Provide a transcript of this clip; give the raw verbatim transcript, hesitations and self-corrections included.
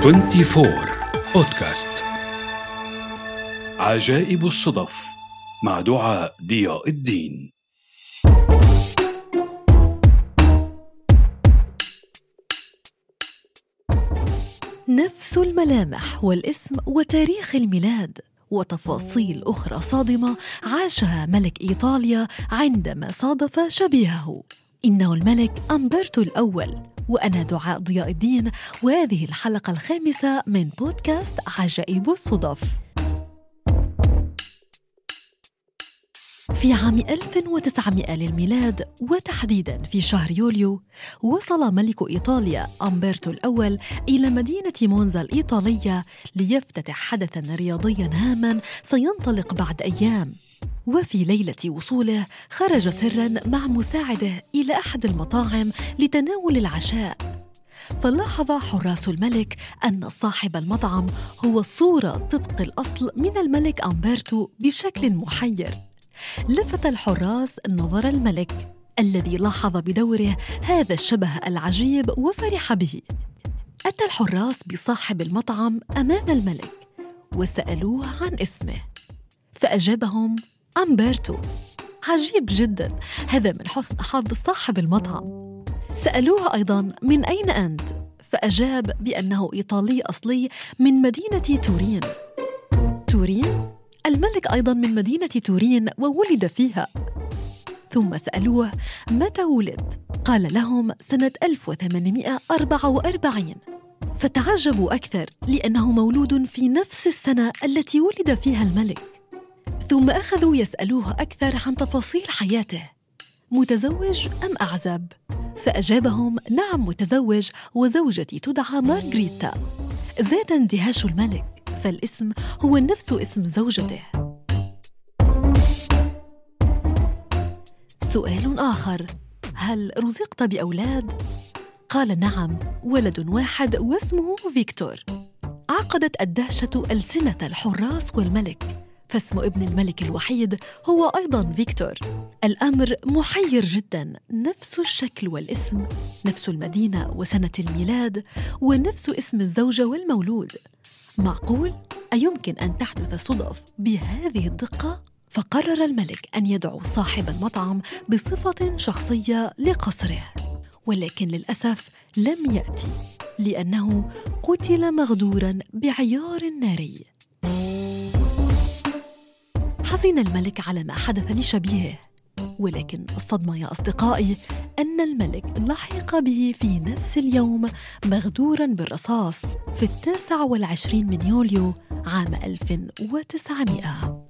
أربعة وعشرين بودكاست. عجائب الصدف مع دعاء ضياء الدين. نفس الملامح والاسم وتاريخ الميلاد وتفاصيل أخرى صادمة عاشها ملك إيطاليا عندما صادف شبيهه. إنه الملك أمبرتو الأول، وأنا دعاء ضياء الدين، وهذه الحلقة الخامسة من بودكاست عجائب الصدف. في عام ألف وتسعمائة للميلاد، وتحديداً في شهر يوليو، وصل ملك إيطاليا أمبرتو الأول إلى مدينة مونزا الإيطالية ليفتتح حدثاً رياضياً هاماً سينطلق بعد أيام. وفي ليلة وصوله خرج سراً مع مساعده إلى أحد المطاعم لتناول العشاء، فلاحظ حراس الملك أن صاحب المطعم هو الصورة طبق الأصل من الملك أمبرتو بشكل محير. لفت الحراس نظر الملك الذي لاحظ بدوره هذا الشبه العجيب وفرح به. أتى الحراس بصاحب المطعم أمام الملك وسألوه عن اسمه، فأجابهم أمبرتو. عجيب جدا، هذا من حسن حظ صاحب المطعم. سألوه أيضا من أين أنت؟ فأجاب بأنه إيطالي أصلي من مدينة تورين. تورين؟ الملك أيضاً من مدينة تورين وولد فيها. ثم سألوه متى ولد؟ قال لهم سنة ألف وثمانمائة وأربعة وأربعين. فتعجبوا أكثر لأنه مولود في نفس السنة التي ولد فيها الملك. ثم أخذوا يسألوه أكثر عن تفاصيل حياته، متزوج أم أعزب؟ فأجابهم نعم متزوج، وزوجتي تدعى مارغريتا. زاد اندهاش الملك، فالاسم هو نفس اسم زوجته. سؤال آخر: هل رزقت بأولاد؟ قال نعم، ولد واحد واسمه فيكتور. عقدت الدهشة ألسنة الحراس والملك، فاسم ابن الملك الوحيد هو أيضاً فيكتور. الأمر محير جداً، نفس الشكل والاسم، نفس المدينة وسنة الميلاد، ونفس اسم الزوجة والمولود. معقول؟ أيمكن أن تحدث صدف بهذه الدقة؟ فقرر الملك أن يدعو صاحب المطعم بصفة شخصية لقصره، ولكن للأسف لم يأتي، لأنه قتل مغدوراً بعيار ناري. حزن الملك على ما حدث لشبيهه، ولكن الصدمة يا أصدقائي أن الملك لحق به في نفس اليوم مغدوراً بالرصاص في التاسع والعشرين من يوليو عام ألف وتسعمائة.